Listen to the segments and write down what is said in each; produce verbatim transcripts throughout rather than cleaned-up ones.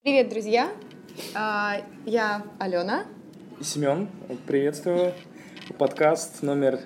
Привет, друзья! Я Алена. Семен, приветствую. Подкаст номер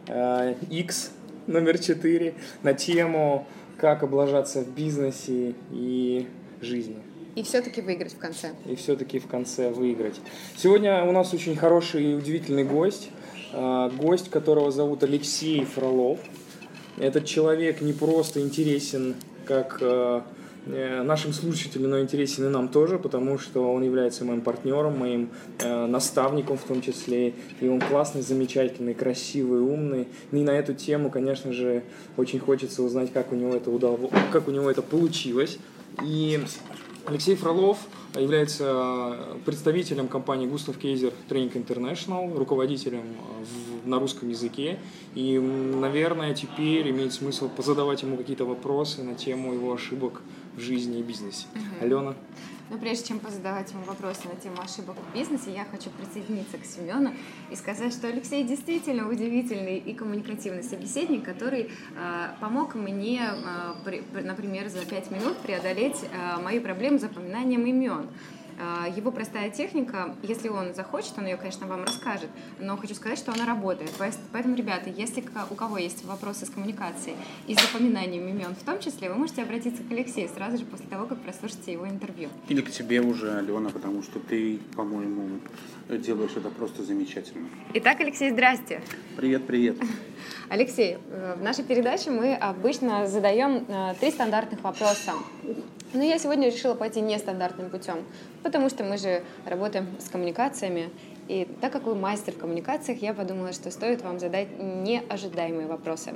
X, номер четыре на тему «Как облажаться в бизнесе и жизни». И все-таки выиграть в конце. И все-таки в конце выиграть. Сегодня у нас очень хороший и удивительный гость. Гость, которого зовут Алексей Фролов. Этот человек не просто интересен как нашим слушателям, но интересен и нам тоже, потому что он является моим партнером, моим э, наставником в том числе, и он классный, замечательный, красивый, умный. И на эту тему, конечно же, очень хочется узнать, как у него это удалось, как у него это получилось. И Алексей Фролов является представителем компании Густав Кейзер Training International, руководителем в, на русском языке. И, наверное, теперь имеет смысл позадавать ему какие-то вопросы на тему его ошибок в жизни и бизнесе. Uh-huh. Алена? Но прежде чем позадавать ему вопросы на тему ошибок в бизнесе, я хочу присоединиться к Семену и сказать, что Алексей действительно удивительный и коммуникативный собеседник, который э, помог мне, э, при, например, за пять минут преодолеть э, мои проблемы с запоминанием имен. Его простая техника, если он захочет, он ее, конечно, вам расскажет, но хочу сказать, что она работает. Поэтому, ребята, если у кого есть вопросы с коммуникацией и с запоминанием имен в том числе, вы можете обратиться к Алексею сразу же после того, как прослушаете его интервью. Или к тебе уже, Алена, потому что ты, по-моему, делаешь это просто замечательно. Итак, Алексей, здрасте. Привет, привет. Алексей, в нашей передаче мы обычно задаем три стандартных вопроса. Но я сегодня решила пойти нестандартным путем, потому что мы же работаем с коммуникациями. И так как вы мастер в коммуникациях, я подумала, что стоит вам задать неожидаемые вопросы.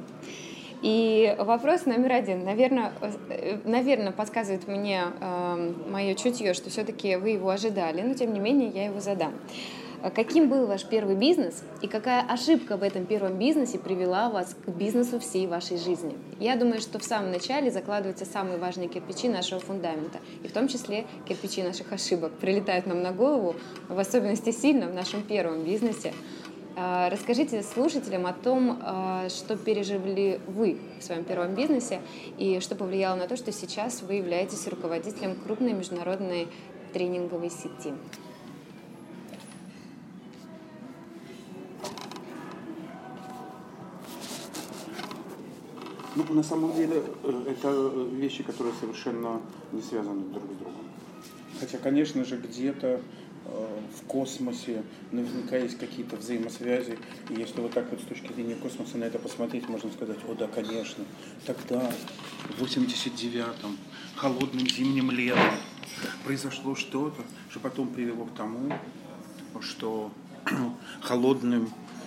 И вопрос номер один. Наверное, наверное подсказывает мне э, мое чутье, что все-таки вы его ожидали, но тем не менее я его задам. Каким был ваш первый бизнес и какая ошибка в этом первом бизнесе привела вас к бизнесу всей вашей жизни? Я думаю, что в самом начале закладываются самые важные кирпичи нашего фундамента, и в том числе кирпичи наших ошибок прилетают нам на голову, в особенности сильно в нашем первом бизнесе. Расскажите слушателям о том, что пережили вы в своем первом бизнесе и что повлияло на то, что сейчас вы являетесь руководителем крупной международной тренинговой сети. Ну, на самом деле, это вещи, которые совершенно не связаны друг с другом. Хотя, конечно же, где-то в космосе наверняка есть какие-то взаимосвязи. И если вот так вот с точки зрения космоса на это посмотреть, можно сказать: о да, конечно, тогда, в восемьдесят девятом, холодным зимним летом, произошло что-то, что потом привело к тому, что холодным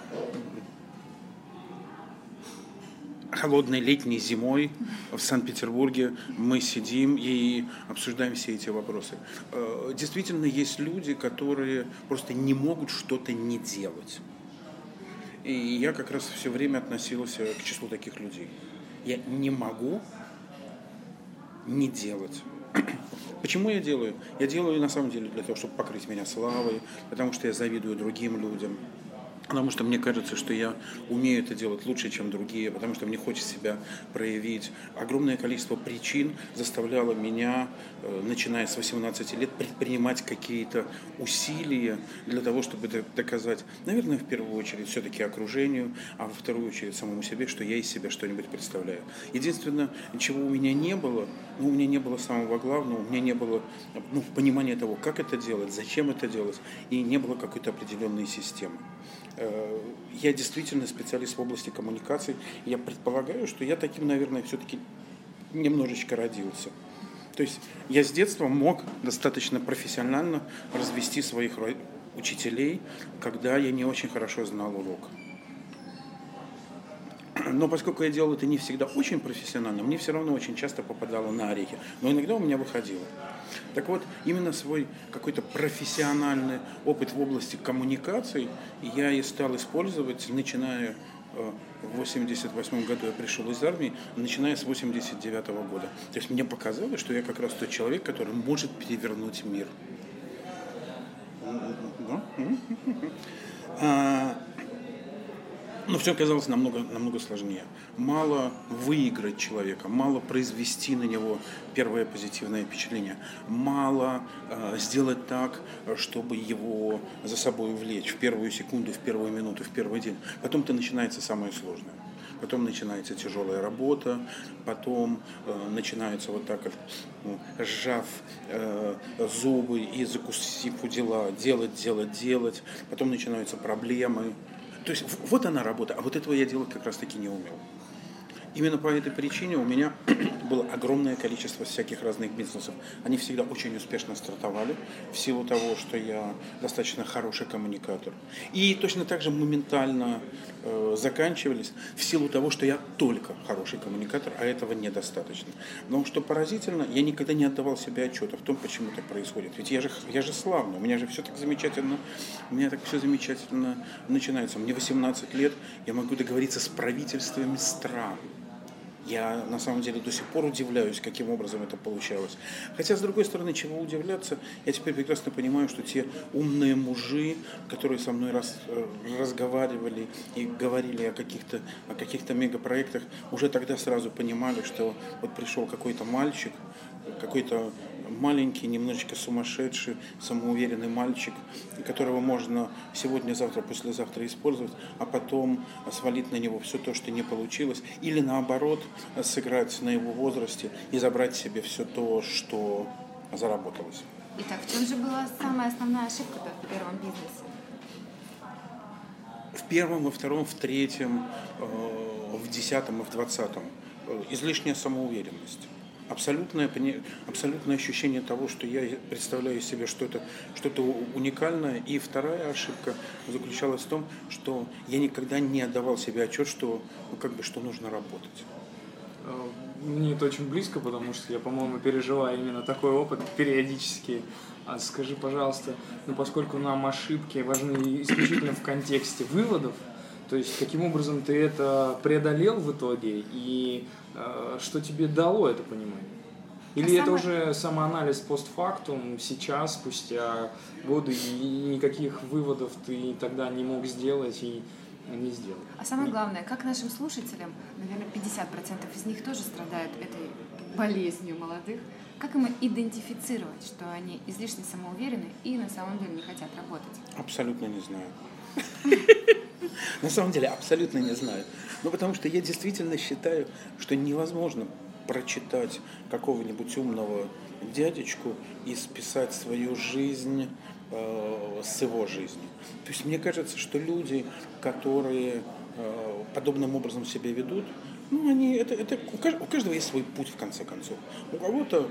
Холодной летней зимой в Санкт-Петербурге мы сидим и обсуждаем все эти вопросы. Действительно, есть люди, которые просто не могут что-то не делать. И я как раз все время относился к числу таких людей. Я не могу не делать. Почему я делаю? Я делаю на самом деле для того, чтобы покрыть меня славой, потому что я завидую другим людям. Потому что мне кажется, что я умею это делать лучше, чем другие, потому что мне хочется себя проявить. Огромное количество причин заставляло меня, начиная с восемнадцати лет, предпринимать какие-то усилия для того, чтобы доказать, наверное, в первую очередь все-таки окружению, а во вторую очередь самому себе, что я из себя что-нибудь представляю. Единственное, чего у меня не было, ну, у меня не было самого главного, у меня не было ну, понимания того, как это делать, зачем это делать, и не было какой-то определенной системы. Я действительно специалист в области коммуникаций. Я предполагаю, что я таким, наверное, все-таки немножечко родился. То есть я с детства мог достаточно профессионально развести своих учителей, когда я не очень хорошо знал урок. Но поскольку я делал это не всегда очень профессионально, мне все равно очень часто попадало на орехи. Но иногда у меня выходило. Так вот, именно свой какой-то профессиональный опыт в области коммуникаций я и стал использовать, начиная в восемьдесят восьмом году я пришел из армии, начиная с восемьдесят девятого года. То есть мне показалось, что я как раз тот человек, который может перевернуть мир. Но все оказалось намного, намного сложнее. Мало выиграть человека, мало произвести на него первое позитивное впечатление, мало э, сделать так, чтобы его за собой увлечь в первую секунду, в первую минуту, в первый день. Потом-то начинается самое сложное. Потом начинается тяжелая работа, потом э, начинается вот так вот, ну, сжав э, зубы и закусив у дела, делать, делать, делать. Потом начинаются проблемы. То есть вот она работа, а вот этого я делать как раз таки не умел. Именно по этой причине у меня было огромное количество всяких разных бизнесов. Они всегда очень успешно стартовали в силу того, что я достаточно хороший коммуникатор. И точно так же моментально э, заканчивались в силу того, что я только хороший коммуникатор, а этого недостаточно. Но что поразительно, я никогда не отдавал себе отчета в том, почему так происходит. Ведь я же, я же славный, у меня же все так замечательно, у меня так все замечательно начинается. Мне восемнадцать лет, я могу договориться с правительствами стран. Я на самом деле до сих пор удивляюсь, каким образом это получалось. Хотя, с другой стороны, чего удивляться, я теперь прекрасно понимаю, что те умные мужи, которые со мной раз, разговаривали и говорили о каких-то, о каких-то мегапроектах, уже тогда сразу понимали, что вот пришел какой-то мальчик, какой-то маленький, немножечко сумасшедший, самоуверенный мальчик, которого можно сегодня, завтра, послезавтра использовать, а потом свалить на него все то, что не получилось, или наоборот, сыграть на его возрасте и забрать себе все то, что заработалось. Итак, в чем же была самая основная ошибка в первом бизнесе? В первом, во втором, в третьем, в десятом и в двадцатом. Излишняя самоуверенность. Абсолютное, абсолютное ощущение того, что я представляю себе что-то, что-то уникальное. И вторая ошибка заключалась в том, что я никогда не отдавал себе отчет, что, ну, как бы, что нужно работать. Мне это очень близко, потому что я, по-моему, переживаю именно такой опыт периодически. А скажи, пожалуйста, ну, поскольку нам ошибки важны исключительно в контексте выводов, то есть каким образом ты это преодолел в итоге и э, что тебе дало это понимание? Или а это самое... уже самоанализ постфактум, сейчас, спустя годы, и никаких выводов ты тогда не мог сделать и не сделал? А самое главное, как нашим слушателям, наверное, пятьдесят процентов из них тоже страдают этой болезнью молодых, как им идентифицировать, что они излишне самоуверены и на самом деле не хотят работать? Абсолютно не знаю. На самом деле абсолютно не знаю. Ну, потому что я действительно считаю, что невозможно прочитать какого-нибудь умного дядечку и списать свою жизнь э, с его жизнью. То есть мне кажется, что люди, которые э, подобным образом себя ведут, ну, они, это, это, у, каждого, у каждого есть свой путь, в конце концов. У кого-то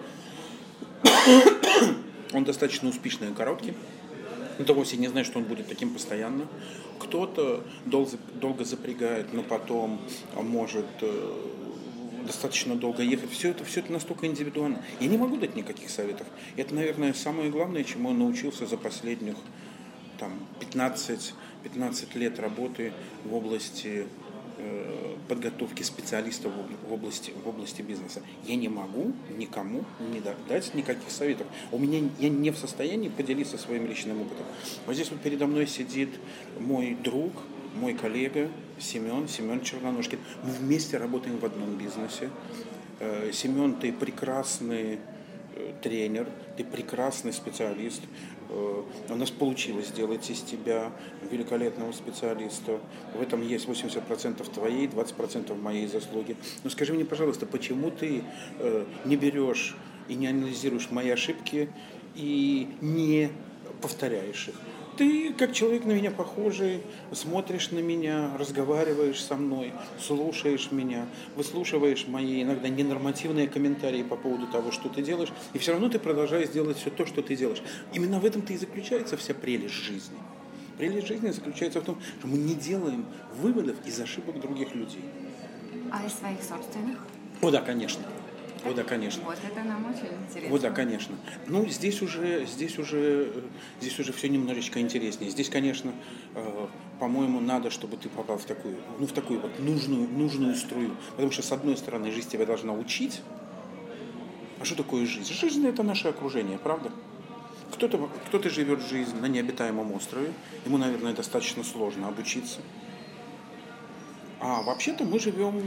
он достаточно успешный и короткий. Это вовсе не значит, что он будет таким постоянно. Кто-то долго, долго запрягает, но потом может э, достаточно долго ехать. Все это, все это настолько индивидуально. Я не могу дать никаких советов. Это, наверное, самое главное, чему я научился за последних там, пятнадцать, пятнадцать лет работы в области э, подготовки специалистов в области, в области бизнеса. Я не могу никому не дать никаких советов. У меня, я не в состоянии поделиться своим личным опытом. Вот здесь вот передо мной сидит мой друг, мой коллега Семен, Семен Черноножкин. Мы вместе работаем в одном бизнесе. Э, Семен, ты прекрасный тренер, ты прекрасный специалист. У нас получилось сделать из тебя великолепного специалиста. В этом есть восемьдесят процентов твоей, двадцать процентов моей заслуги. Но скажи мне, пожалуйста, почему ты не берешь и не анализируешь мои ошибки и не повторяешь их? Ты, как человек на меня похожий, смотришь на меня, разговариваешь со мной, слушаешь меня, выслушиваешь мои иногда ненормативные комментарии по поводу того, что ты делаешь, и все равно ты продолжаешь делать все то, что ты делаешь. Именно в этом-то и заключается вся прелесть жизни. Прелесть жизни заключается в том, что мы не делаем выводов из ошибок других людей. А из своих собственных? О, да, конечно. О, да, конечно. Вот это нам очень интересно. Вот, да, конечно. Ну, здесь уже, здесь уже, здесь уже все немножечко интереснее. Здесь, конечно, э, по-моему, надо, чтобы ты попал в такую, ну, в такую вот нужную, нужную струю. Потому что, с одной стороны, жизнь тебя должна учить. А что такое жизнь? Жизнь – это наше окружение, правда? Кто-то, кто-то живет жизнь на необитаемом острове. Ему, наверное, достаточно сложно обучиться. А вообще-то мы живем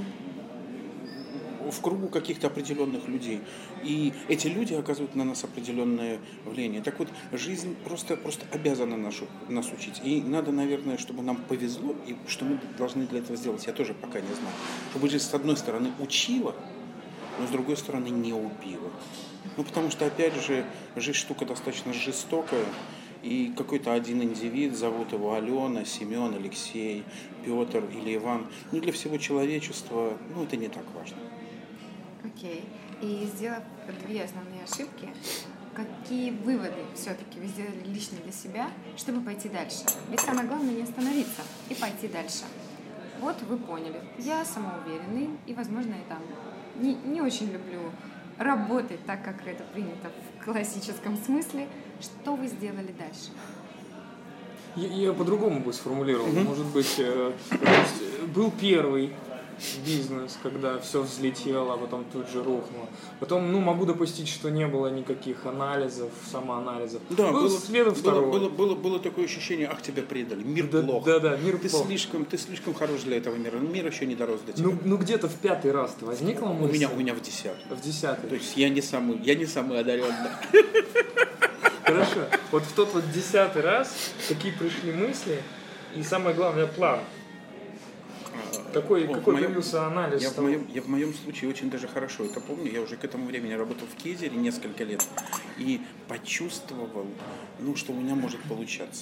в кругу каких-то определенных людей. И эти люди оказывают на нас определенное влияние. Так вот, жизнь просто, просто обязана нашу, нас учить. И надо, наверное, чтобы нам повезло, и что мы должны для этого сделать, я тоже пока не знаю. Чтобы жизнь, с одной стороны, учила, но с другой стороны, не убила. Ну, потому что, опять же, жизнь штука достаточно жестокая. И какой-то один индивид, зовут его Алена, Семен, Алексей, Петр или Иван, ну, для всего человечества, ну, это не так важно. Окей. И сделав две основные ошибки, какие выводы все-таки вы сделали лично для себя, чтобы пойти дальше? Ведь самое главное не остановиться и пойти дальше. Вот вы поняли, я самоуверенный, и, возможно, я там не, не очень люблю работать так, как это принято в классическом смысле. Что вы сделали дальше? Я, я по-другому бы сформулировал. Mm-hmm. Может быть, э, был первый бизнес, когда все взлетело, а потом тут же рухнуло. Потом, ну, могу допустить, что не было никаких анализов, самоанализов. Да, был было, следом второго. Было, было, было, было такое ощущение, ах, тебя предали, мир да, плох. Да, да, мир ты плох. Слишком, ты слишком хорош для этого мира, мир еще не дорос до тебя. Ну, ну где-то в пятый раз-то возникла мысль? У меня, у меня в десятый. В десятый. То есть я не самый, я не самый одаренный. Хорошо. Вот в тот вот десятый раз какие пришли мысли и самое главное план. Какой, О, какой моем, появился анализ? Я в, моем, я в моем случае очень даже хорошо это помню. Я уже к этому времени работал в Кезере несколько лет и почувствовал, ну, что у меня может получаться.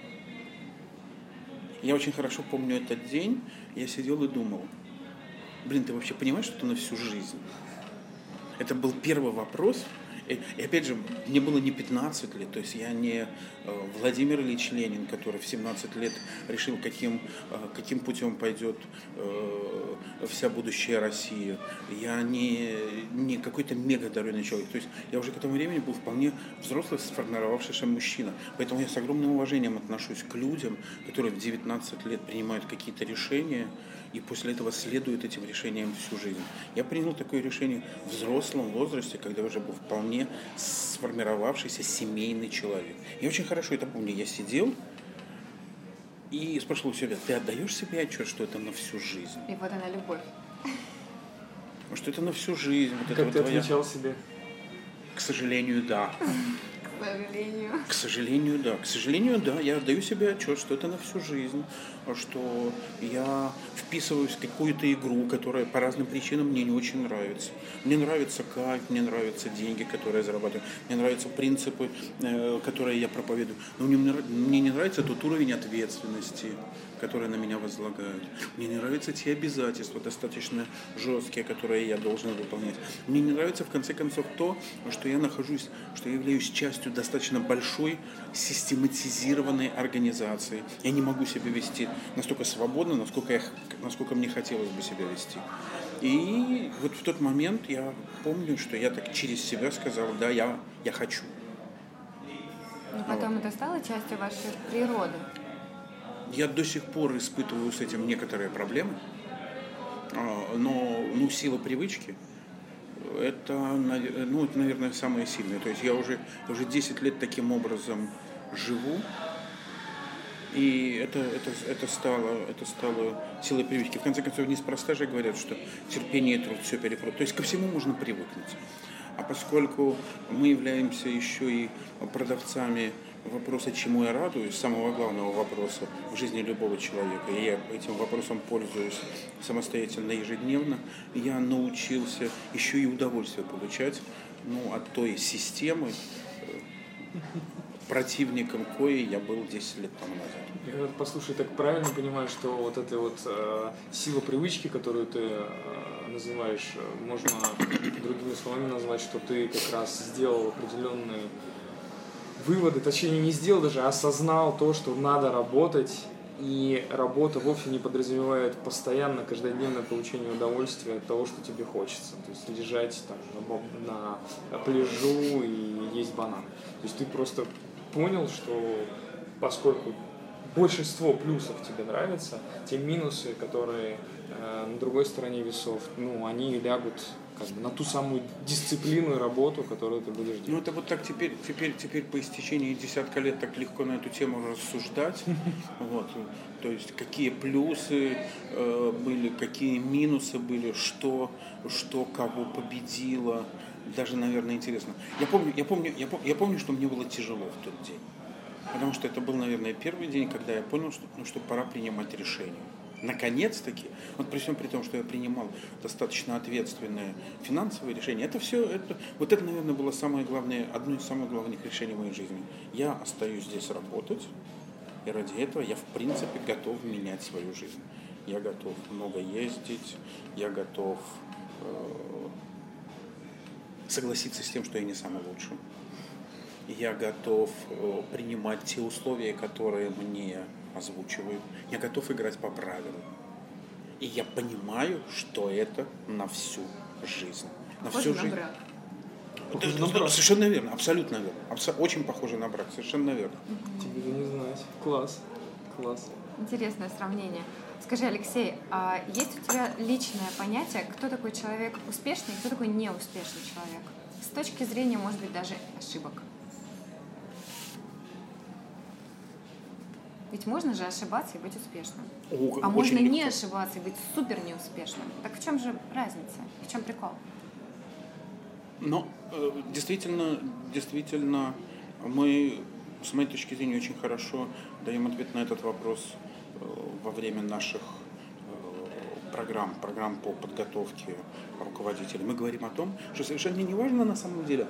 Я очень хорошо помню этот день. Я сидел и думал, блин, ты вообще понимаешь, что это на всю жизнь? Это был первый вопрос. И, и опять же, мне было не пятнадцать лет, то есть я не э, Владимир Ильич Ленин, который в семнадцать лет решил, каким, э, каким путем пойдет э, вся будущая Россия. Я не, не какой-то мега-одаренный человек. То есть я уже к этому времени был вполне взрослый, сформировавшийся мужчина. Поэтому я с огромным уважением отношусь к людям, которые в девятнадцать лет принимают какие-то решения, и после этого следует этим решениям всю жизнь. Я принял такое решение в взрослом возрасте, когда уже был вполне сформировавшийся семейный человек. Я очень хорошо это помню. Я сидел и спрашивал себя, ты отдаешь себе отчет, что это на всю жизнь? И вот она, любовь. Что это на всю жизнь. Вот как это ты вот твоя... отвечал себе? К сожалению, да. К сожалению. К сожалению, да. К сожалению, да. Я отдаю себе отчет, что это на всю жизнь, что я вписываюсь в какую-то игру, которая по разным причинам мне не очень нравится. Мне нравится кайф, мне нравятся деньги, которые я зарабатываю, мне нравятся принципы, которые я проповедую. Но мне, мне не нравится тот уровень ответственности, которые на меня возлагают. Мне не нравятся те обязательства, достаточно жесткие, которые я должен выполнять. Мне не нравится, в конце концов, то, что я нахожусь, что я являюсь частью достаточно большой, систематизированной организации. Я не могу себя вести настолько свободно, насколько, я, насколько мне хотелось бы себя вести. И вот в тот момент я помню, что я так через себя сказал, да, я, я хочу. Но потом вот. Это стало частью вашей природы? Я до сих пор испытываю с этим некоторые проблемы, но ну, сила привычки – это, ну, это, наверное, самое сильное. То есть я уже, уже десять лет таким образом живу, и это, это, это, стало, это стало силой привычки. В конце концов, неспроста же говорят, что терпение и труд все перекроют. То есть ко всему можно привыкнуть. А поскольку мы являемся еще и продавцами вопроса, чему я радуюсь, самого главного вопроса в жизни любого человека, и я этим вопросом пользуюсь самостоятельно ежедневно, я научился еще и удовольствие получать, ну, от той системы, противником коей я был десять лет тому назад. Я вот, послушай, так правильно понимаю, что вот эта вот э, сила привычки, которую ты э, называешь, можно другими словами назвать, что ты как раз сделал определенные выводы, точнее не сделал даже, а осознал то, что надо работать, и работа вовсе не подразумевает постоянно, каждодневное получение удовольствия от того, что тебе хочется. То есть лежать там на, на пляжу и есть банан. То есть ты просто понял, что поскольку большинство плюсов тебе нравится, те минусы, которые э, на другой стороне весов, ну, они лягут как бы на ту самую дисциплину и работу, которую ты будешь делать. Ну, это вот так теперь, теперь, теперь по истечении десятка лет так легко на эту тему рассуждать. Вот. То есть, какие плюсы э, были, какие минусы были, что, что кого победило. Даже, наверное, интересно. Я помню, я, помню, я, помню, я помню, что мне было тяжело в тот день. Потому что это был, наверное, первый день, когда я понял, что, ну, что пора принимать решение. Наконец-таки, вот при всем при том, что я принимал достаточно ответственное финансовое решение, это все, это, вот это, наверное, было самое главное, одно из самых главных решений в моей жизни. Я остаюсь здесь работать, и ради этого я, в принципе, готов менять свою жизнь. Я готов много ездить, я готов э, согласиться с тем, что я не самый лучший. Я готов э, принимать те условия, которые мне озвучивают. Я готов играть по правилам. И я понимаю, что это на всю жизнь. На Похоже всю на жизнь. брак. Похоже на брак. Совершенно верно, абсолютно верно. Абсо- очень похоже на брак, совершенно верно. Тебе бы не знать. Класс. Класс. Интересное сравнение. Скажи, Алексей, а есть у тебя личное понятие, кто такой человек успешный и кто такой неуспешный человек? С точки зрения, может быть, даже ошибок. Ведь можно же ошибаться и быть успешным. О, А можно легко. не ошибаться и быть супер неуспешным. Так в чем же разница? В чем прикол? Но э, действительно, действительно, мы, с моей точки зрения, очень хорошо даем ответ на этот вопрос э, во время наших э, программ, программ по подготовке руководителей. Мы говорим о том, что совершенно не важно на самом деле,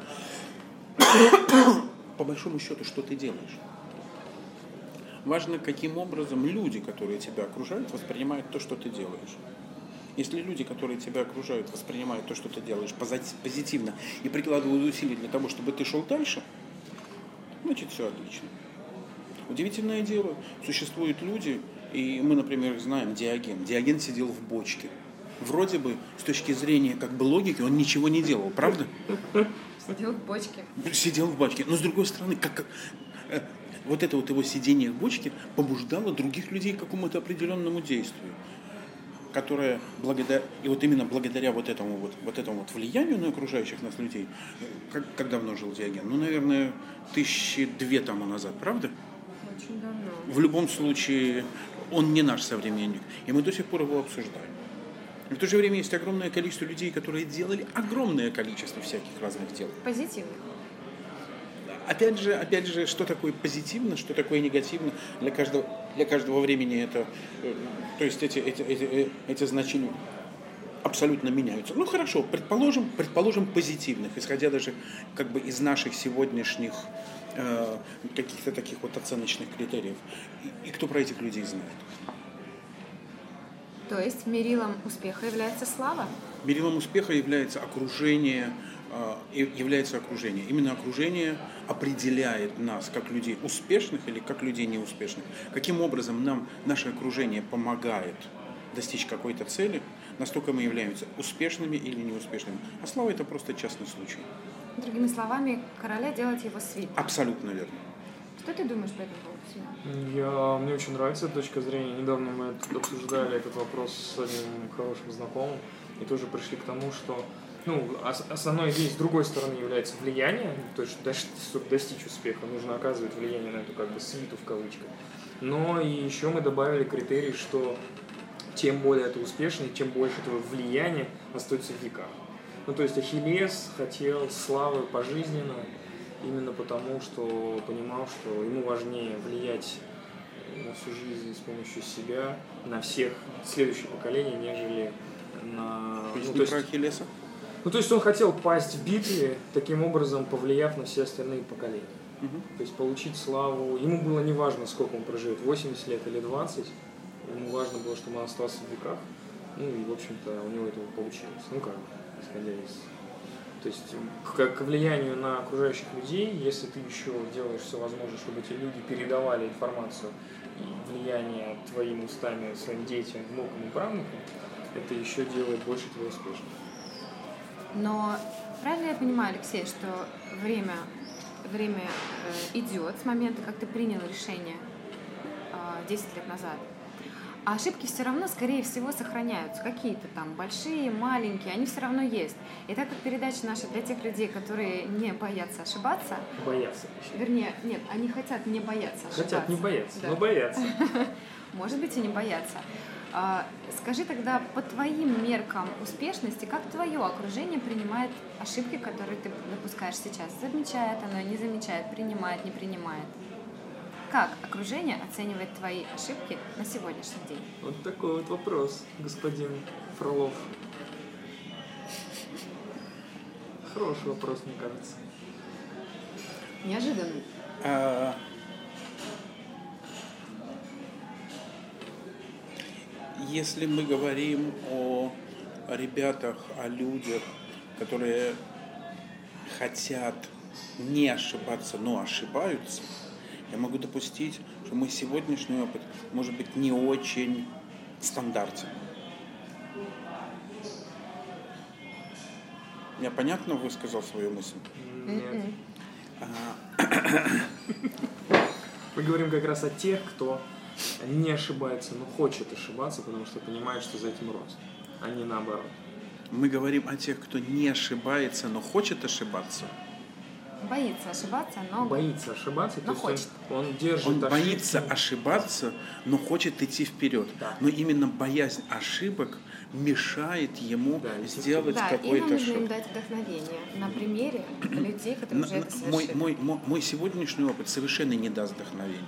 по большому счету, что ты делаешь. Важно, каким образом люди, которые тебя окружают, воспринимают то, что ты делаешь. Если люди, которые тебя окружают, воспринимают то, что ты делаешь позитивно и прикладывают усилия для того, чтобы ты шел дальше, значит, все отлично. Удивительное дело, существуют люди, и мы, например, их знаем, Диоген. Диоген сидел в бочке. Вроде бы, с точки зрения как бы логики, он ничего не делал, правда? Сидел в бочке. Сидел в бочке. Но с другой стороны, как... Вот это вот его сидение в бочке побуждало других людей к какому-то определенному действию, которое благодаря, и вот именно благодаря вот этому вот, вот этому вот влиянию на окружающих нас людей, как, как давно жил Диоген? Ну, наверное, тысячи две тому назад, правда? Очень давно. В любом случае, он не наш современник, и мы до сих пор его обсуждаем. И в то же время есть огромное количество людей, которые делали огромное количество всяких разных дел. Позитивно. Опять же, опять же, что такое позитивно, что такое негативно, для каждого, для каждого времени это, то есть эти, эти, эти, эти значения абсолютно меняются. Ну хорошо, предположим, предположим позитивных, исходя даже как бы из наших сегодняшних э, каких-то таких вот оценочных критериев. И, и кто про этих людей знает? То есть мерилом успеха является слава? Мерилом успеха является окружение, является окружение. Именно окружение определяет нас как людей успешных или как людей неуспешных. Каким образом нам наше окружение помогает достичь какой-то цели, настолько мы являемся успешными или неуспешными. А слава — это просто частный случай. Другими словами, короля делать его свит. Абсолютно верно. Что ты думаешь по этому поводу? Я, мне очень нравится эта точка зрения. Недавно мы обсуждали этот вопрос с одним хорошим знакомым и тоже пришли к тому, что ну, основной идеей с другой стороны является влияние, то есть, чтобы достичь успеха, нужно оказывать влияние на эту как бы свиту в кавычках. Но и еще мы добавили критерий, что чем более ты успешный, тем больше твое влияние остается в веках. Ну, то есть Ахиллес хотел славы пожизненно, именно потому, что понимал, что ему важнее влиять на всю жизнь с помощью себя, на всех следующих поколений, нежели на... Поясни ну, то есть... про Ахиллеса. Ну, то есть он хотел пасть в битве, таким образом повлияв на все остальные поколения. Угу. То есть получить славу. Ему было не важно, сколько он проживет, восемьдесят лет или двадцать. Ему важно было, чтобы он остался в веках. Ну и, в общем-то, у него этого получилось. Ну как, исходя из... То есть к, к влиянию на окружающих людей, если ты еще делаешь все возможное, чтобы эти люди передавали информацию и влияние твоими устами своим детям, внукам и правнукам, это еще делает больше тебя успешным. Но правильно я понимаю, Алексей, что время, время э, идет с момента, как ты принял решение э, десять лет назад. А ошибки все равно, скорее всего, сохраняются. Какие-то там большие, маленькие, они все равно есть. И так как передача наша для тех людей, которые не боятся ошибаться... Боятся. Вернее, нет, они хотят не бояться ошибаться. Хотят не бояться, да. но боятся. Может быть, и не боятся. Скажи тогда, по твоим меркам успешности, как твое окружение принимает ошибки, которые ты допускаешь сейчас? Замечает оно, не замечает, принимает, не принимает? Как окружение оценивает твои ошибки на сегодняшний день? Вот такой вот вопрос, господин Фролов. Хороший вопрос, мне кажется. Неожиданный. А... Если мы говорим о ребятах, о людях, которые хотят не ошибаться, но ошибаются, я могу допустить, что мой сегодняшний опыт может быть не очень стандартен. Я понятно высказал свою мысль? Нет. Мы говорим как раз о тех, кто не ошибается, но хочет ошибаться, потому что понимает, что за этим рост, а не наоборот. Мы говорим о тех, кто не ошибается, но хочет ошибаться. Боится ошибаться, но... Боится ошибаться, но то есть хочет. Он, он держит Он ошибки. боится ошибаться, но хочет идти вперед. Да. Но именно боязнь ошибок мешает ему Да, сделать Да, и нам какой-то нужно шаг. им дать вдохновение на примере людей, которые уже это Мой, совершили. мой, мой, мой сегодняшний опыт совершенно не даст вдохновения.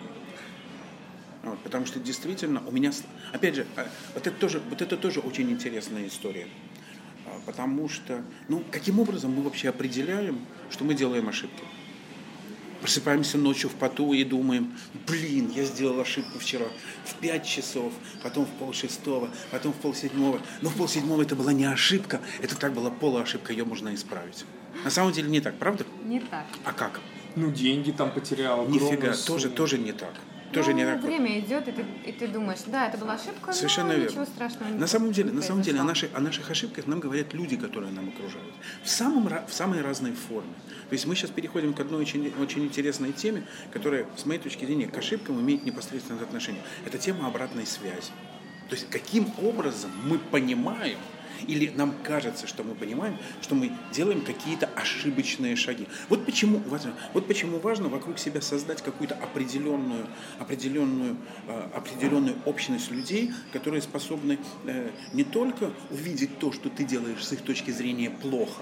Вот, потому что действительно у меня... Опять же, вот это тоже, вот это тоже очень интересная история. Потому что, ну, каким образом мы вообще определяем, что мы делаем ошибки? Просыпаемся ночью в поту и думаем, блин, я сделал ошибку вчера в пять часов, потом в полшестого, потом в полседьмого. Но в полседьмого это была не ошибка, это так была полуошибка, ее можно исправить. На самом деле не так, правда? Не так. А как? Ну, деньги там потерял. Нифига, тоже, тоже не так. Тоже ну, не так. время идет, и ты, и ты думаешь, да, это была ошибка, Совершенно но верно. ничего страшного не На самом деле, на самом деле о, произошло. наших, о наших ошибках нам говорят люди, которые нам окружают. В, самом, в самой разной форме. То есть мы сейчас переходим к одной очень, очень интересной теме, которая, с моей точки зрения, к ошибкам имеет непосредственное отношение. Это тема обратной связи. То есть каким образом мы понимаем, или нам кажется, что мы понимаем, что мы делаем какие-то ошибочные шаги. Вот почему важно, вот почему важно вокруг себя создать какую-то определенную, определенную, определенную общность людей, которые способны не только увидеть то, что ты делаешь с их точки зрения плохо,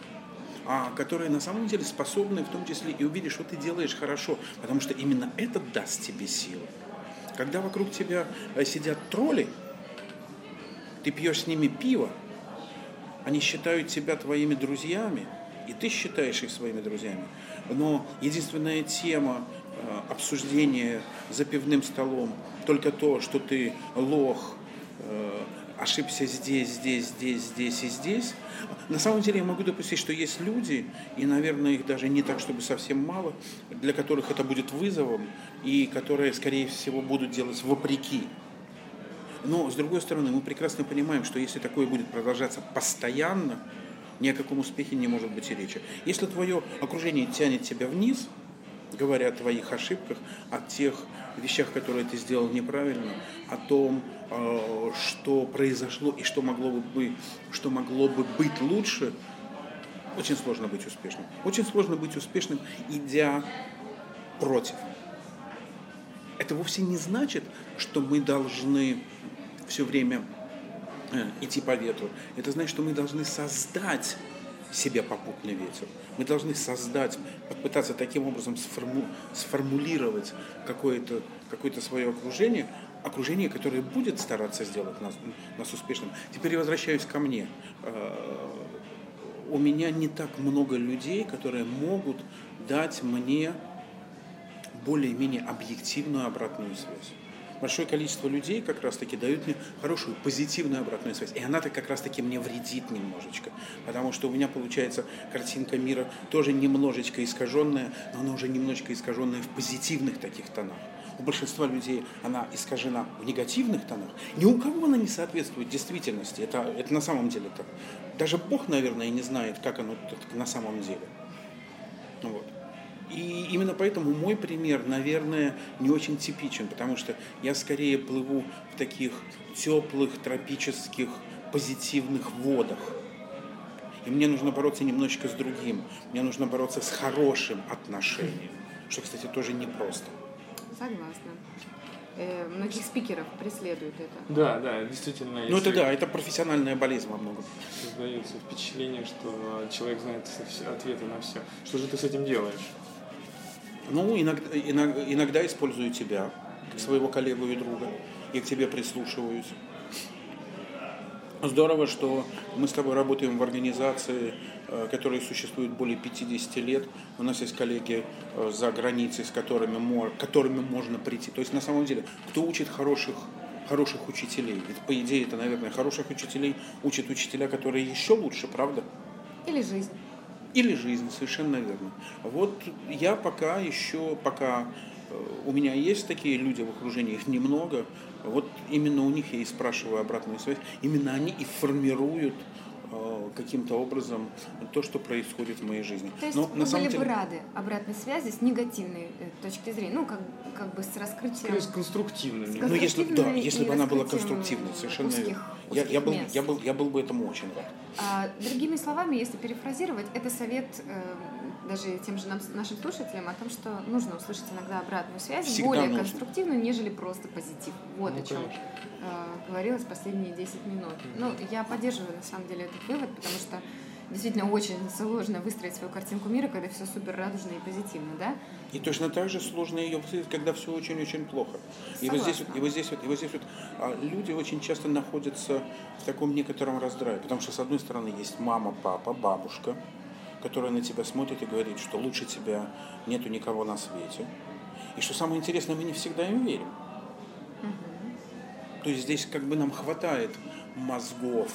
а которые на самом деле способны в том числе и увидеть, что ты делаешь хорошо, потому что именно это даст тебе силу. Когда вокруг тебя сидят тролли, ты пьешь с ними пиво, они считают тебя твоими друзьями, и ты считаешь их своими друзьями. Но единственная тема э, обсуждения за пивным столом только то, что ты лох, э, ошибся здесь, здесь, здесь, здесь и здесь. На самом деле я могу допустить, что есть люди, и, наверное, их даже не так, чтобы совсем мало, для которых это будет вызовом, и которые, скорее всего, будут делать вопреки. Но, с другой стороны, мы прекрасно понимаем, что если такое будет продолжаться постоянно, ни о каком успехе не может быть и речи. Если твое окружение тянет тебя вниз, говоря о твоих ошибках, о тех вещах, которые ты сделал неправильно, о том, что произошло и что могло бы быть, что могло бы быть лучше, очень сложно быть успешным. Очень сложно быть успешным, идя против. Это вовсе не значит, что мы должны все время идти по ветру. Это значит, что мы должны создать себе попутный ветер. Мы должны создать, попытаться таким образом сформу, сформулировать какое-то, какое-то свое окружение, окружение, которое будет стараться сделать нас, нас успешным. Теперь я возвращаюсь ко мне. У меня не так много людей, которые могут дать мне более-менее объективную обратную связь. Большое количество людей как раз-таки дают мне хорошую, позитивную обратную связь. И она-то как раз-таки мне вредит немножечко. Потому что у меня получается картинка мира тоже немножечко искаженная, но она уже немножечко искаженная в позитивных таких тонах. У большинства людей она искажена в негативных тонах. Ни у кого она не соответствует действительности. Это, это на самом деле так. Даже Бог, наверное, не знает, как оно на самом деле. Вот. И именно поэтому мой пример, наверное, не очень типичен, потому что я скорее плыву в таких теплых, тропических, позитивных водах. И мне нужно бороться немножечко с другим. Мне нужно бороться с хорошим отношением, что, кстати, тоже непросто. Согласна. Э, многих спикеров преследует это. Да, да, действительно. Ну это да, это профессиональная болезнь во многом. Создается впечатление, что человек знает ответы на все. Что же ты с этим делаешь? Ну, иногда, иногда, иногда использую тебя, как своего коллегу и друга, и к тебе прислушиваюсь. Здорово, что мы с тобой работаем в организации, которая существует более пятидесяти лет. У нас есть коллеги за границей, с которыми, которыми можно прийти. То есть, на самом деле, кто учит хороших, хороших учителей? Ведь, по идее, это, наверное, хороших учителей учат учителя, которые еще лучше, правда? Или жизнь. Или жизнь, совершенно верно. Вот я пока еще, пока у меня есть такие люди в окружении, их немного, вот именно у них я и спрашиваю обратную связь, именно они и формируют э, каким-то образом то, что происходит в моей жизни. То есть Но, вы на самом были деле... бы рады обратной связи с негативной э, точки зрения, ну, как, как бы с раскрытием... С конструктивным. Ну, если, да, если бы она была конструктивной, совершенно узких, верно. узких Я, я, был, мест. я, был, я был бы этому очень рад. А, другими словами, если перефразировать, это совет э, даже тем же нам, нашим слушателям о том, что нужно услышать иногда обратную связь, Всегда более нужно. конструктивную, нежели просто позитив. Вот Ну, о чем конечно. э, говорилось последние десять минут. Ну, я поддерживаю на самом деле этот вывод, потому что действительно очень сложно выстроить свою картинку мира, когда все супер радужно и позитивно, да? И точно так же сложно ее выстроить, когда все очень-очень плохо. И вот, здесь, вот, и, вот здесь, вот, и вот здесь вот а, люди очень часто находятся в таком некотором раздрае, потому что с одной стороны есть мама, папа, бабушка, которая на тебя смотрит и говорит, что лучше тебя нету никого на свете. И что самое интересное, мы не всегда им верим. Угу. То есть здесь как бы нам хватает мозгов,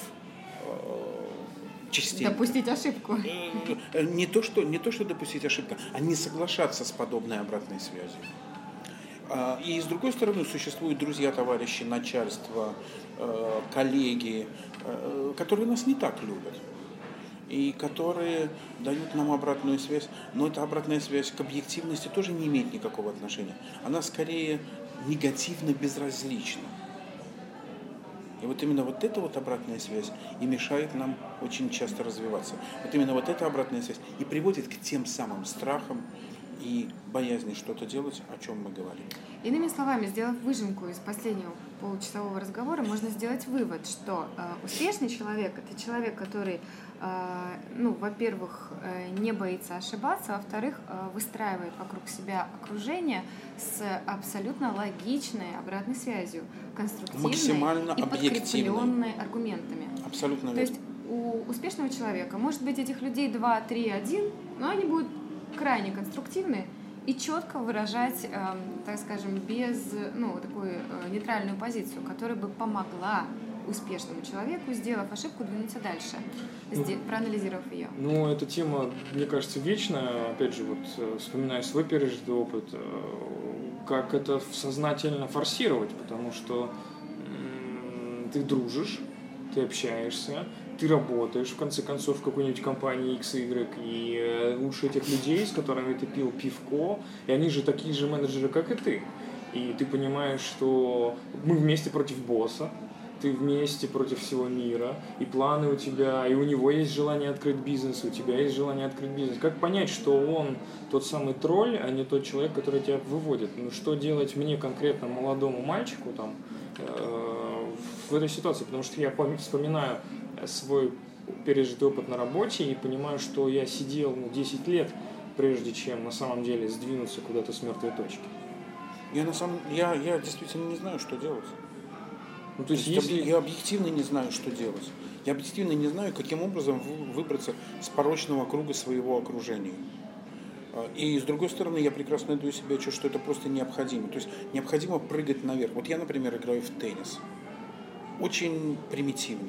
частей. Допустить ошибку. Не то, что, не то, что допустить ошибку, а не соглашаться с подобной обратной связью. И с другой стороны, существуют друзья, товарищи, начальство, коллеги, которые нас не так любят. И которые дают нам обратную связь. Но эта обратная связь к объективности тоже не имеет никакого отношения. Она скорее негативно безразлична. И вот именно вот эта вот обратная связь и мешает нам очень часто развиваться. Вот именно вот эта обратная связь и приводит к тем самым страхам и боязни что-то делать, о чем мы говорим. Иными словами, сделав выжимку из последнего получасового разговора, можно сделать вывод, что э, успешный человек – это человек, который, э, ну, во-первых, э, не боится ошибаться, во-вторых, э, выстраивает вокруг себя окружение с абсолютно логичной обратной связью, конструктивной максимально и объективной, подкрепленной аргументами. Абсолютно верно. То есть у успешного человека может быть этих людей два, три, один, но они будут крайне конструктивны и четко выражать, э, так скажем, без, ну, такую э, нейтральную позицию, которая бы помогла успешному человеку, сделав ошибку, двинуться дальше, ну, проанализировав ее. Ну, эта тема, мне кажется, вечная. Опять же, вот вспоминая свой пережитый опыт, как это сознательно форсировать, потому что м- ты дружишь, ты общаешься, ты работаешь, в конце концов, в какой-нибудь компании X, Y, и лучше этих людей, с которыми ты пил пивко, и они же такие же менеджеры, как и ты. И ты понимаешь, что мы вместе против босса, ты вместе против всего мира, и планы у тебя, и у него есть желание открыть бизнес, и у тебя есть желание открыть бизнес. Как понять, что он тот самый тролль, а не тот человек, который тебя выводит? Ну, что делать мне конкретно, молодому мальчику, там, э, в этой ситуации? Потому что я вспоминаю свой пережитый опыт на работе и понимаю, что я сидел ну, десять лет, прежде чем на самом деле сдвинуться куда-то с мертвой точки. Я, на самом, я, я действительно не знаю, что делать. Ну, то есть, то есть если... Я объективно не знаю, что делать. Я объективно не знаю, каким образом выбраться с порочного круга своего окружения. И с другой стороны, я прекрасно даю себе отчет, что это просто необходимо. То есть необходимо прыгать наверх. Вот я, например, играю в теннис. Очень примитивно.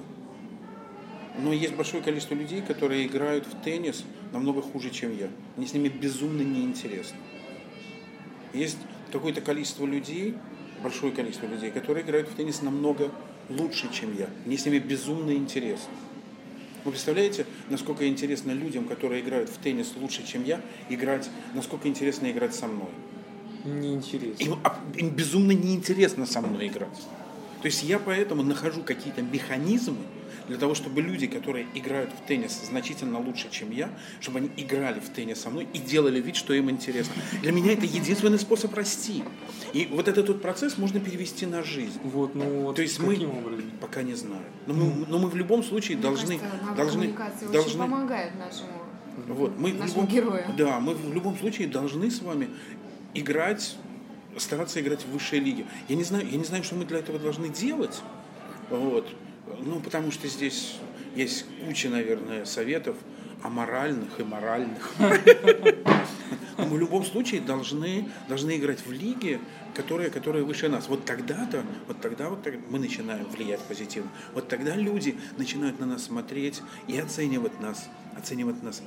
Но есть большое количество людей, которые играют в теннис намного хуже, чем я. Мне с ними безумно неинтересно. Есть какое-то количество людей, большое количество людей, которые играют в теннис намного лучше, чем я. Мне с ними безумно интересно. Вы представляете, насколько интересно людям, которые играют в теннис лучше, чем я, играть, насколько интересно играть со мной? Неинтересно. Им, им безумно неинтересно со мной играть. То есть я поэтому нахожу какие-то механизмы для того, чтобы люди, которые играют в теннис значительно лучше, чем я, чтобы они играли в теннис со мной и делали вид, что им интересно. Для меня это единственный способ расти. И вот этот вот процесс можно перевести на жизнь. Вот, ну вот То есть каким мы образом? пока не знаю. Но мы, но мы в любом случае Мне должны, кажется, навык должны, коммуникации должны. очень помогает нашему, Вот, мы в нашему любом, герою. да, мы в любом случае должны с вами играть, стараться играть в высшей лиге. Я не знаю, я не знаю, что мы для этого должны делать. Вот. Ну, потому что здесь есть куча, наверное, советов аморальных и моральных. Но мы в любом случае должны, должны играть в лиге, которые, которые выше нас. Вот тогда-то, вот тогда вот тогда мы начинаем влиять позитивно. Вот тогда люди начинают на нас смотреть и оценивать нас, оценивать нас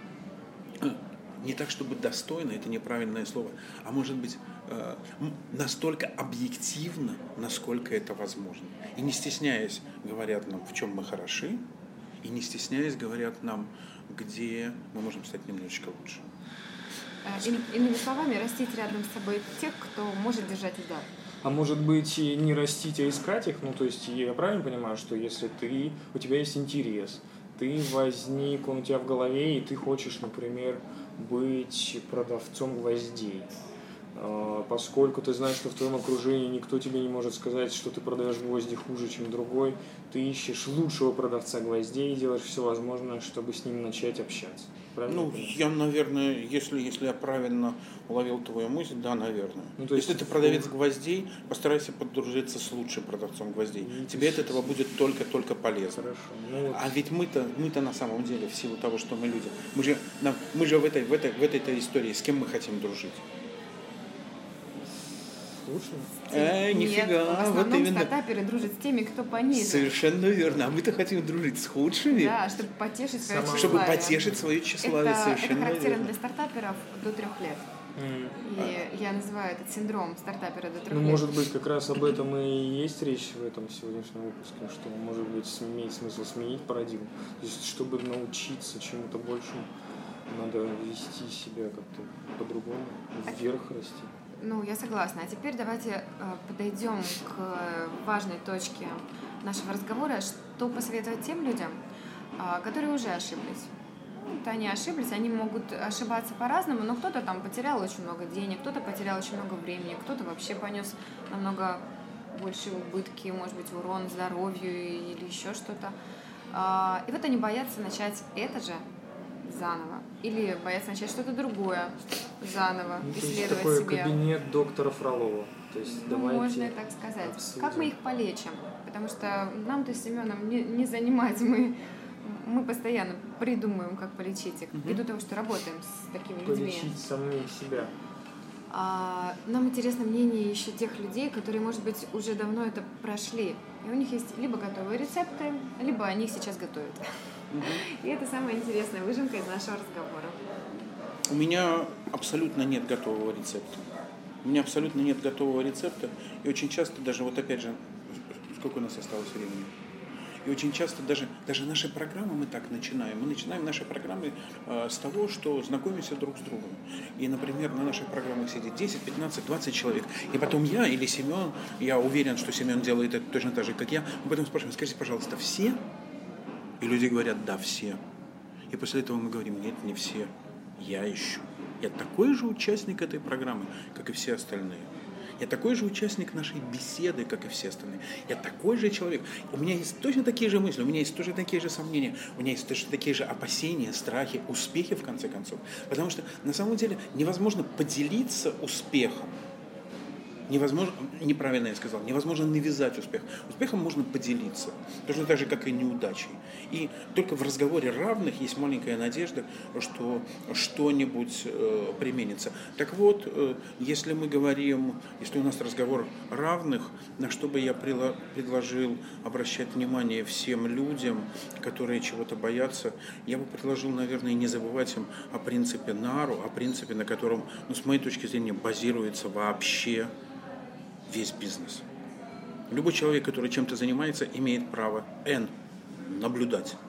не так, чтобы достойно, это неправильное слово, а может быть настолько объективно, насколько это возможно. И не стесняясь, говорят нам, в чем мы хороши, и не стесняясь, говорят нам, где мы можем стать немножечко лучше. Иными словами, растить рядом с собой тех, кто может держать удар. А может быть, и не растить, а искать их? Ну, то есть, я правильно понимаю, что если ты, у тебя есть интерес, ты возник, он у тебя в голове, и ты хочешь, например, быть продавцом гвоздей, поскольку ты знаешь, что в твоем окружении никто тебе не может сказать, что ты продаешь гвозди хуже, чем другой, ты ищешь лучшего продавца гвоздей и делаешь все возможное, чтобы с ним начать общаться. Правильно? Ну, я, наверное, если, если я правильно уловил твою мысль, да, наверное. Ну, то есть если ты продавец гвоздей, постарайся подружиться с лучшим продавцом гвоздей. Ну, тебе от этого будет только-только полезно. Хорошо. Ну, вот. А ведь мы-то, мы-то на самом деле, в силу того, что мы люди, мы же, мы же в этой, в этой, в этой истории, с кем мы хотим дружить? Лучше? Э, нифига, Нет, в основном вот именно. стартаперы дружат с теми, кто пониже. Совершенно верно. А мы-то хотим дружить с худшими, Да, чтобы потешить свое Сама- тщеславие. чтобы потешить свое тщеславие. Это, это Совершенно характерно верно. для стартаперов до трех лет. Mm. И я называю этот синдром стартапера до трех Ну, лет. может быть, как раз об этом и есть речь в этом сегодняшнем выпуске, что, может быть, имеет смысл сменить парадигму. То есть, чтобы научиться чему-то большему, надо вести себя как-то по-другому, вверх расти. Ну, я согласна. А теперь давайте э, подойдем к важной точке нашего разговора, что посоветовать тем людям, э, которые уже ошиблись. Вот они ошиблись, они могут ошибаться по-разному, но кто-то там потерял очень много денег, кто-то потерял очень много времени, кто-то вообще понес намного большие убытки, может быть, урон здоровью или еще что-то. Э, и вот они боятся начать это же заново. Или боятся начать что-то другое заново, Ну, то есть исследовать такой себя. кабинет доктора Фролова. То есть Ну, давайте можно и так сказать. обсудим. Как мы их полечим? Потому что нам-то с Семеном не, не занимать. Мы, мы постоянно придумываем, как полечить их. Мгм. Ввиду того, что работаем с такими людьми. полечить самих себя. А, нам интересно мнение еще тех людей, которые, может быть, уже давно это прошли. И у них есть либо готовые рецепты, либо они их сейчас готовят. И это самая интересная выжимка из нашего разговора. У меня абсолютно нет готового рецепта. У меня абсолютно нет готового рецепта. И очень часто даже, вот опять же, сколько у нас осталось времени? И очень часто даже, даже наши программы мы так начинаем. Мы начинаем наши программы э, с того, что знакомимся друг с другом. И, например, на наших программах сидит десять, пятнадцать, двадцать человек. И потом я или Семен, я уверен, что Семен делает это точно так же, как я, мы потом спрашиваем, скажите, пожалуйста, все? И люди говорят, да, все. И после этого мы говорим, нет, не все. Я ищу. Я такой же участник этой программы, как и все остальные. Я такой же участник нашей беседы, как и все остальные. Я такой же человек. У меня есть точно такие же мысли, у меня есть точно такие же сомнения, у меня есть точно такие же опасения, страхи, успехи, в конце концов. Потому что на самом деле невозможно поделиться успехом. Невозможно, неправильно я сказал, невозможно навязать успех. Успехом можно поделиться, точно так же, как и неудачей. И только в разговоре равных есть маленькая надежда, что что-нибудь э, применится. Так вот, э, если мы говорим, если у нас разговор равных, на что бы я прила, предложил обращать внимание всем людям, которые чего-то боятся, я бы предложил, наверное, не забывать им о принципе Нару, о принципе, на котором, ну, с моей точки зрения, базируется вообще весь бизнес. Любой человек, который чем-то занимается, имеет право Н. наблюдать.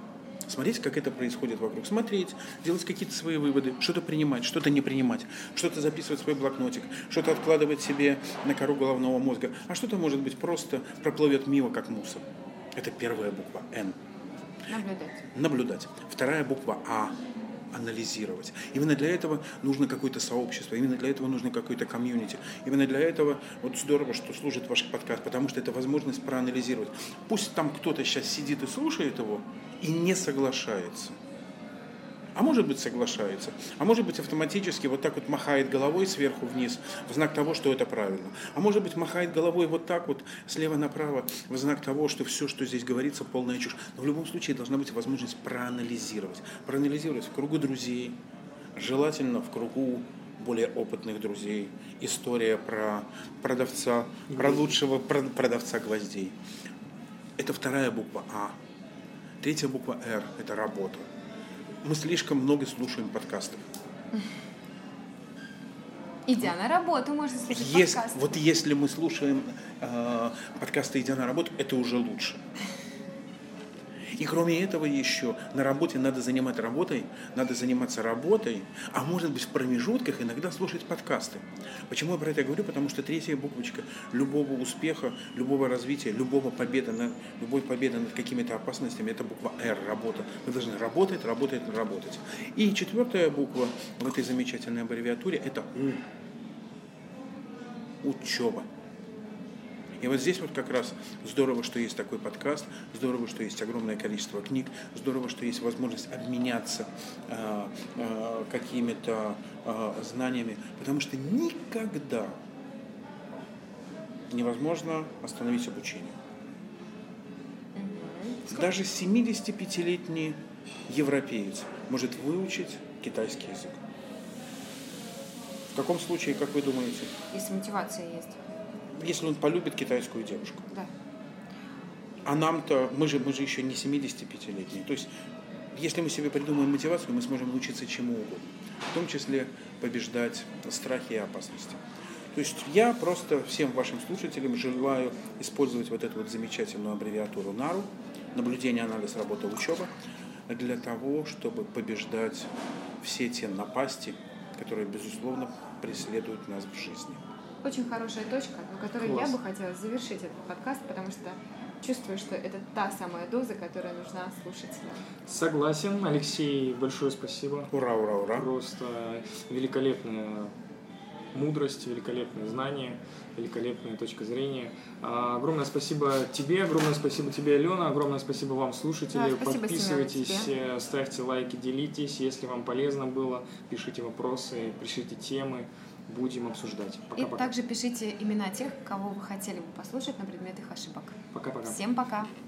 смотреть, как это происходит вокруг, смотреть, делать какие-то свои выводы, что-то принимать, что-то не принимать, что-то записывать в свой блокнотик, что-то откладывать себе на кору головного мозга, а что-то, может быть, просто проплывет мимо, как мусор. Это первая буква Н. Наблюдать. Наблюдать. Вторая буква А. Анализировать. Именно для этого нужно какое-то сообщество, именно для этого нужно какое-то комьюнити. Именно для этого вот здорово, что служит ваш подкаст, потому что это возможность проанализировать. Пусть там кто-то сейчас сидит и слушает его и не соглашается. А может быть соглашается, а может быть автоматически вот так вот махает головой сверху вниз в знак того, что это правильно. А может быть махает головой вот так вот слева направо в знак того, что все, что здесь говорится, полная чушь. Но в любом случае должна быть возможность проанализировать. Проанализировать в кругу друзей, желательно в кругу более опытных друзей. История про продавца, про лучшего продавца гвоздей. Это вторая буква А. Третья буква Р – это работа. Мы слишком много слушаем подкастов. Идя на работу, можно слушать Есть, подкасты. Вот если мы слушаем э, подкасты, идя на работу, это уже лучше. И кроме этого еще на работе надо заниматься работой, надо заниматься работой, а может быть в промежутках иногда слушать подкасты. Почему я про это говорю? Потому что третья буквочка любого успеха, любого развития, любого победы над, любой победы над какими-то опасностями – это буква Р, работа. Мы должны работать, работать, работать. И четвертая буква в этой замечательной аббревиатуре – это У. Учеба. И вот здесь вот как раз здорово, что есть такой подкаст, здорово, что есть огромное количество книг, здорово, что есть возможность обменяться э, э, какими-то э, знаниями, потому что никогда невозможно остановить обучение. Mm-hmm. Даже семидесятипятилетний европеец может выучить китайский язык. В каком случае, как вы думаете? Если мотивация есть. Если он полюбит китайскую девушку. Да. А нам-то, мы же, мы же еще не семидесятипятилетние. То есть, если мы себе придумаем мотивацию, мы сможем научиться чему угодно. В том числе побеждать страхи и опасности. То есть, я просто всем вашим слушателям желаю использовать вот эту вот замечательную аббревиатуру НАРУ, наблюдение, анализ, работа, учеба, для того, чтобы побеждать все те напасти, которые, безусловно, преследуют нас в жизни. Очень хорошая точка, на которой Класс. Я бы хотела завершить этот подкаст, потому что чувствую, что это та самая доза, которая нужна слушателям. Согласен. Алексей, большое спасибо. Ура, ура, ура. Просто великолепная мудрость, великолепные знания, великолепная точка зрения. А, огромное спасибо тебе, огромное спасибо тебе, Алена, огромное спасибо вам, слушатели. Да, спасибо, Подписывайтесь, Семен, ставьте лайки, делитесь. Если вам полезно было, пишите вопросы, пишите темы. Будем обсуждать. Пока-пока. И также пишите имена тех, кого вы хотели бы послушать на предмет их ошибок. Пока-пока. Всем пока.